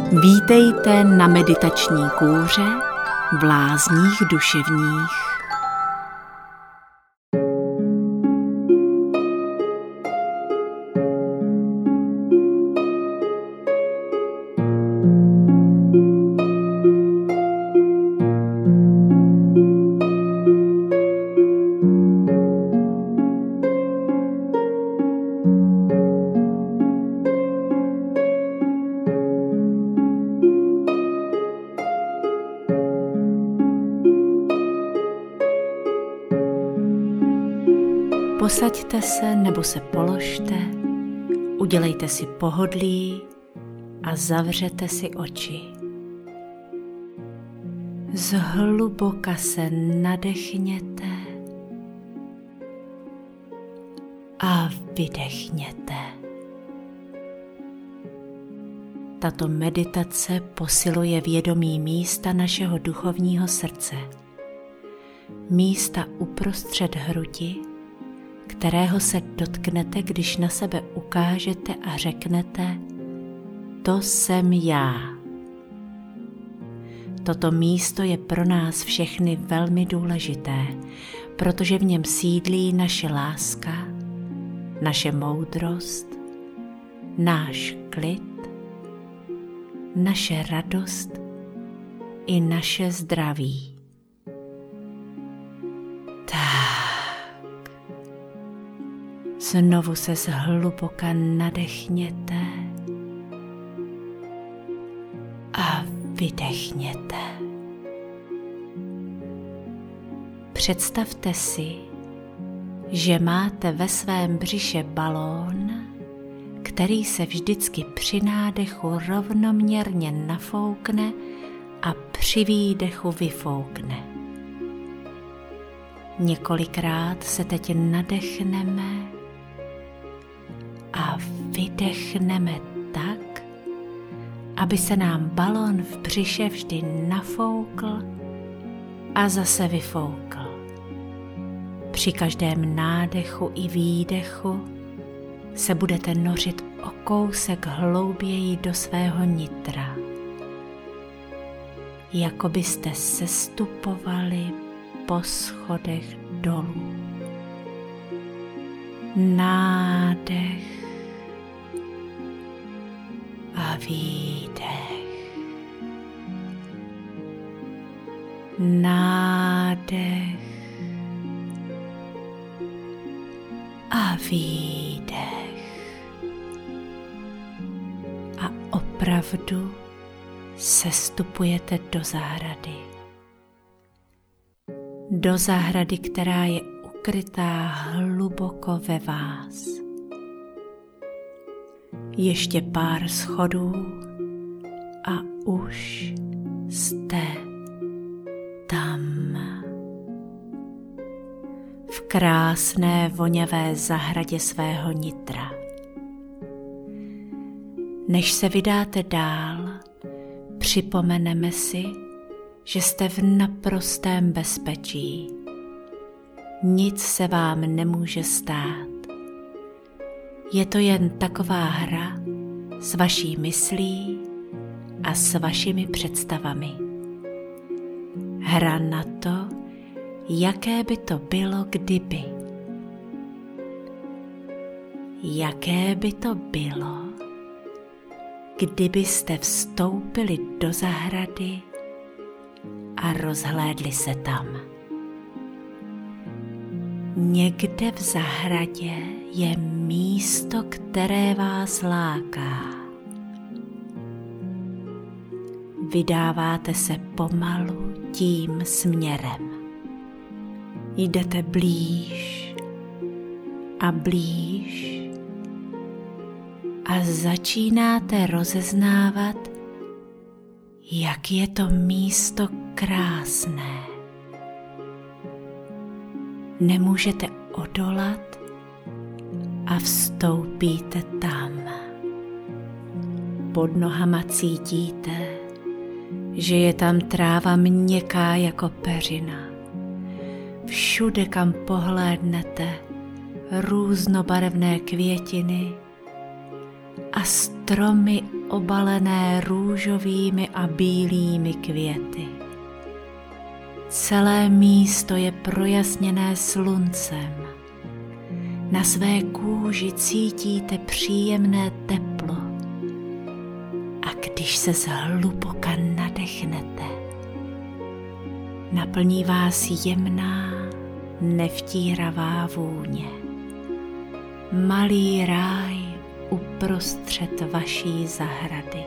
Vítejte na meditační kůře v lázních duševních. Posaďte se nebo se položte, udělejte si pohodlí a zavřete si oči. Zhluboka se nadechněte a vydechněte. Tato meditace posiluje vědomí místa našeho duchovního srdce, místa uprostřed hrudi, kterého se dotknete, když na sebe ukážete a řeknete: to jsem já. Toto místo je pro nás všechny velmi důležité, protože v něm sídlí naše láska, naše moudrost, náš klid, naše radost i naše zdraví. Znovu se zhluboka nadechněte a vydechněte. Představte si, že máte ve svém břiše balón, který se vždycky při nádechu rovnoměrně nafoukne a při výdechu vyfoukne. Několikrát se teď nadechneme a vydechneme tak, aby se nám balón v břiše vždy nafoukl a zase vyfoukl. Při každém nádechu i výdechu se budete nořit o kousek hlouběji do svého nitra, jako byste sestupovali po schodech dolů. Nádech a výdech. Nádech a výdech. A opravdu sestupujete do zahrady. Do zahrady, která je ukrytá hluboko ve vás. Ještě pár schodů a už jste tam. V krásné voňavé zahradě svého nitra. Než se vydáte dál, připomeneme si, že jste v naprostém bezpečí. Nic se vám nemůže stát. Je to jen taková hra s vaší myslí a s vašimi představami. Hra na to, jaké by to bylo, kdyby. Jaké by to bylo, kdybyste vstoupili do zahrady a rozhlédli se tam. Někde v zahradě je místo, které vás láká. Vydáváte se pomalu tím směrem. Jdete blíž a blíž a začínáte rozeznávat, jak je to místo krásné. Nemůžete odolat a vstoupíte tam. Pod nohama cítíte, že je tam tráva měkká jako peřina. Všude, kam pohlédnete, různobarevné květiny a stromy obalené růžovými a bílými květy. Celé místo je projasněné sluncem. Na své kůži cítíte příjemné teplo a když se zhluboka nadechnete, naplní vás jemná, nevtíravá vůně. Malý ráj uprostřed vaší zahrady.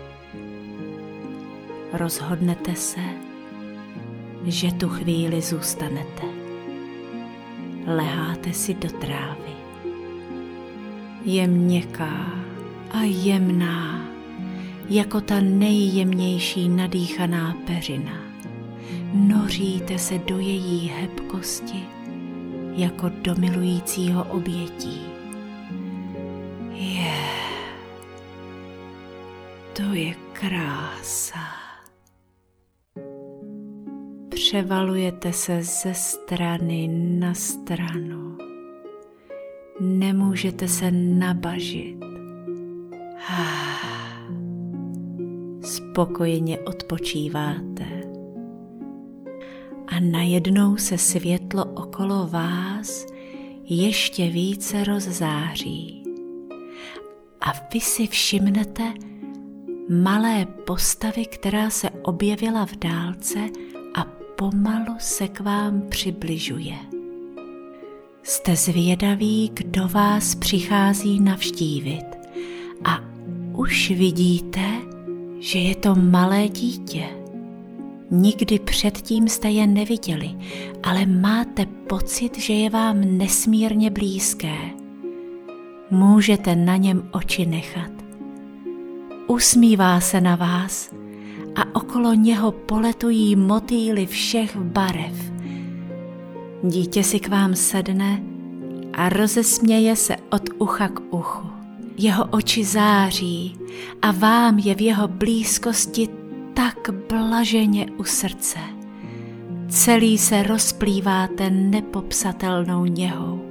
Rozhodnete se, že tu chvíli zůstanete. Leháte si do trávy. Je měkká a jemná, jako ta nejjemnější nadýchaná peřina. Noříte se do její hebkosti, jako do milujícího obětí. To je krása. Převalujete se ze strany na stranu. Nemůžete se nabažit. Spokojeně odpočíváte. A najednou se světlo okolo vás ještě více rozzáří. A vy si všimnete malé postavy, která se objevila v dálce a pomalu se k vám přibližuje. Jste zvědaví, kdo vás přichází navštívit a už vidíte, že je to malé dítě. Nikdy předtím jste je neviděli, ale máte pocit, že je vám nesmírně blízké. Můžete na něm oči nechat. Usmívá se na vás a okolo něho poletují motýly všech barev. Dítě si k vám sedne a rozesměje se od ucha k uchu. Jeho oči září a vám je v jeho blízkosti tak blaženě u srdce. Celý se rozplýváte nepopsatelnou něhou.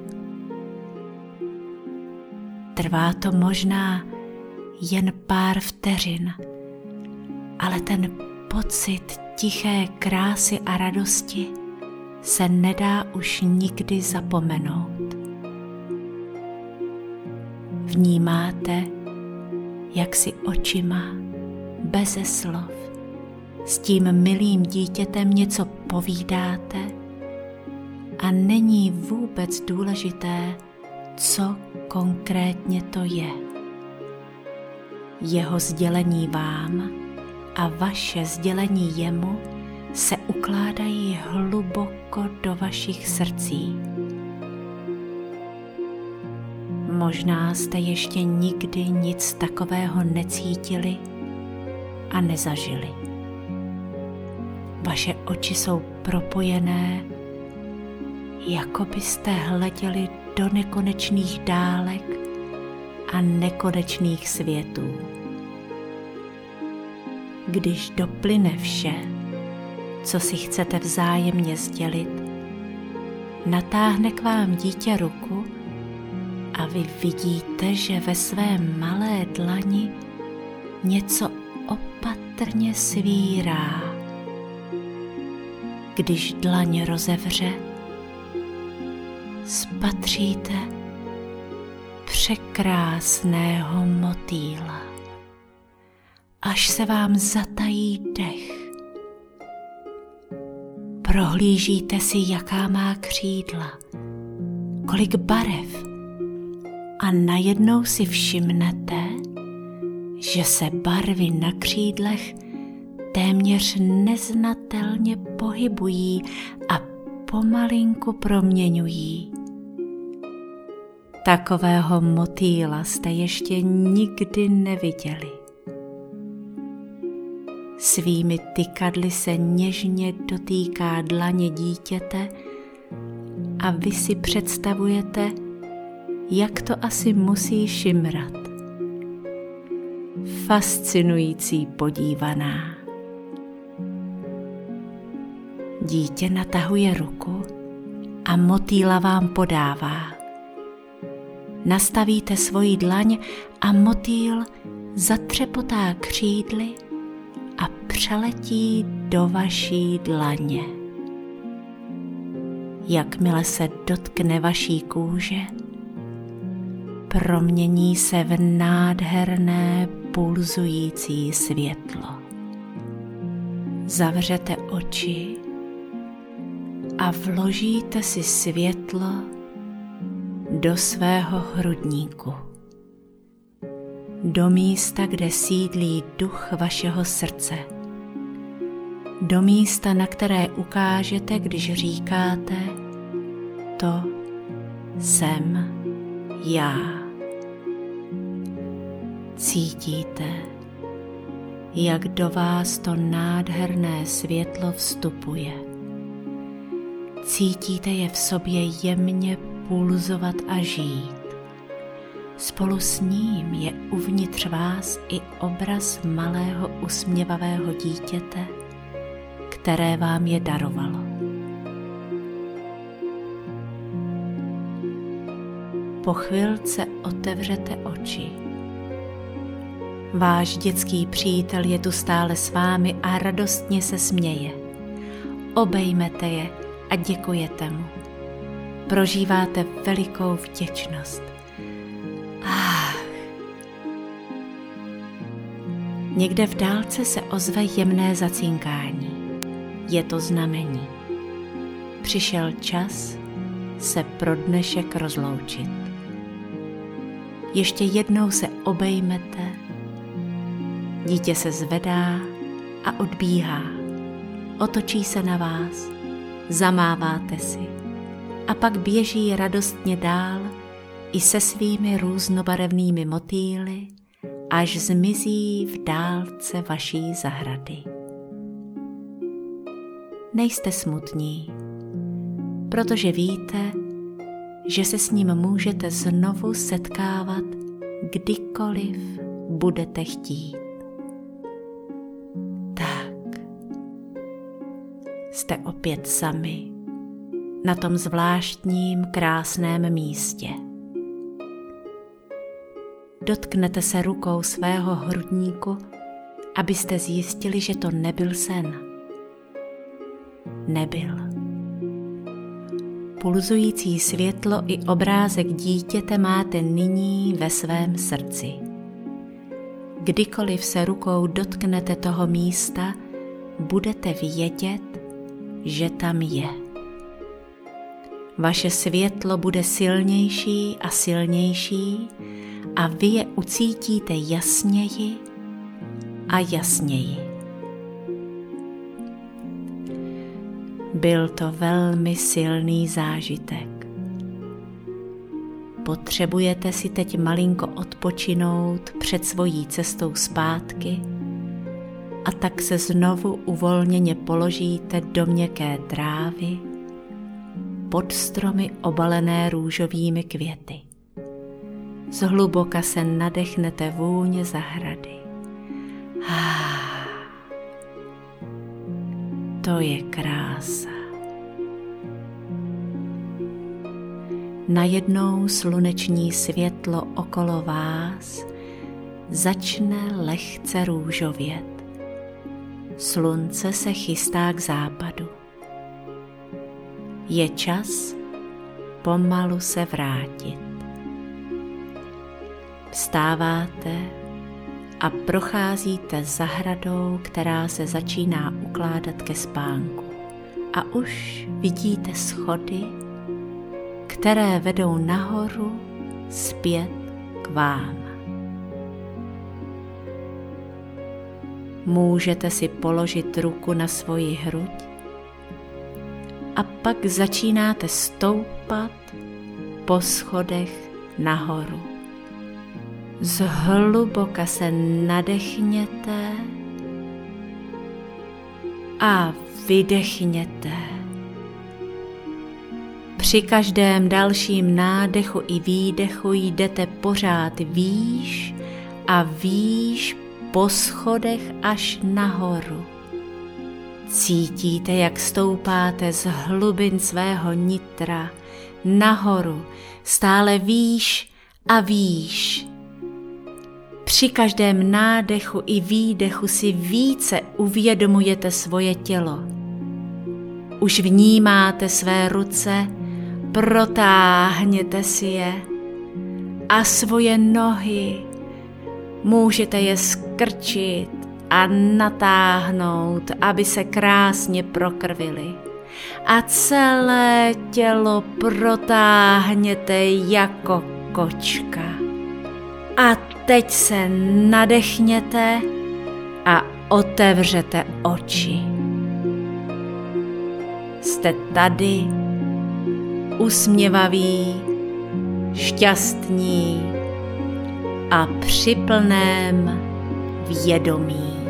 Trvá to možná jen pár vteřin, ale ten pocit tiché krásy a radosti se nedá už nikdy zapomenout. Vnímáte, jak si očima, beze slov, s tím milým dítětem něco povídáte a není vůbec důležité, co konkrétně to je. Jeho sdělení vám a vaše sdělení jemu se ukládají hluboko do vašich srdcí. Možná jste ještě nikdy nic takového necítili a nezažili. Vaše oči jsou propojené, jako byste hleděli do nekonečných dálek a nekonečných světů. Když doplyne vše, co si chcete vzájemně sdělit, natáhne k vám dítě ruku a vy vidíte, že ve své malé dlani něco opatrně svírá. Když dlaň rozevře, spatříte překrásného motýla, až se vám zatají dech. Prohlížíte si, jaká má křídla, kolik barev a najednou si všimnete, že se barvy na křídlech téměř neznatelně pohybují a pomalinku proměňují. Takového motýla jste ještě nikdy neviděli. Svými tykadly se něžně dotýká dlaně dítěte a vy si představujete, jak to asi musí šimrat. Fascinující podívaná. Dítě natahuje ruku a motýla vám podává. nastavíte svoji dlaň a motýl zatřepotá křídly a přeletí do vaší dlaně. Jakmile se dotkne vaší kůže, promění se v nádherné pulzující světlo. Zavřete oči a vložíte si světlo do svého hrudníku, do místa, kde sídlí duch vašeho srdce, do místa, na které ukážete, když říkáte: to jsem já. Cítíte, jak do vás to nádherné světlo vstupuje. Cítíte je v sobě jemně pulzovat a žít. Spolu s ním je uvnitř vás i obraz malého usměvavého dítěte, které vám je darovalo. Po chvilce otevřete oči. Váš dětský přítel je tu stále s vámi a radostně se směje. Obejmete je a děkujete mu. Prožíváte velikou vděčnost. Někde v dálce se ozve jemné zacínkání. Je to znamení. Přišel čas se pro dnešek rozloučit. Ještě jednou se obejmete, dítě se zvedá a odbíhá. Otočí se na vás, zamáváte si a pak běží radostně dál i se svými různobarevnými motýly, až zmizí v dálce vaší zahrady. Nejste smutní, protože víte, že se s ním můžete znovu setkávat, kdykoliv budete chtít. Tak, jste opět sami na tom zvláštním krásném místě. Dotknete se rukou svého hrudníku, abyste zjistili, že to nebyl sen. Nebyl. Pulzující světlo i obrázek dítěte máte nyní ve svém srdci. Kdykoliv se rukou dotknete toho místa, budete vědět, že tam je. Vaše světlo bude silnější a silnější a vy je ucítíte jasněji a jasněji. Byl to velmi silný zážitek. Potřebujete si teď malinko odpočinout před svojí cestou zpátky a tak se znovu uvolněně položíte do měkké trávy pod stromy obalené růžovými květy. Zhluboka se nadechnete vůně zahrady. To je krása. Najednou sluneční světlo okolo vás začne lehce růžovět. Slunce se chystá k západu. Je čas pomalu se vrátit. Vstáváte a procházíte zahradou, která se začíná ukládat ke spánku. A už vidíte schody, které vedou nahoru zpět k vám. Můžete si položit ruku na svoji hruď a pak začínáte stoupat po schodech nahoru. Zhluboka se nadechněte a vydechněte. Při každém dalším nádechu i výdechu jdete pořád výš a výš po schodech až nahoru. Cítíte, jak stoupáte z hlubin svého nitra nahoru, stále výš A víš, při každém nádechu i výdechu si více uvědomujete svoje tělo. Už vnímáte své ruce, protáhněte si je a svoje nohy. Můžete je skrčit a natáhnout, aby se krásně prokrvily. A celé tělo protáhněte jako kočka. A teď se nadechněte a otevřete oči. Jste tady, usměvaví, šťastní a při plném vědomí.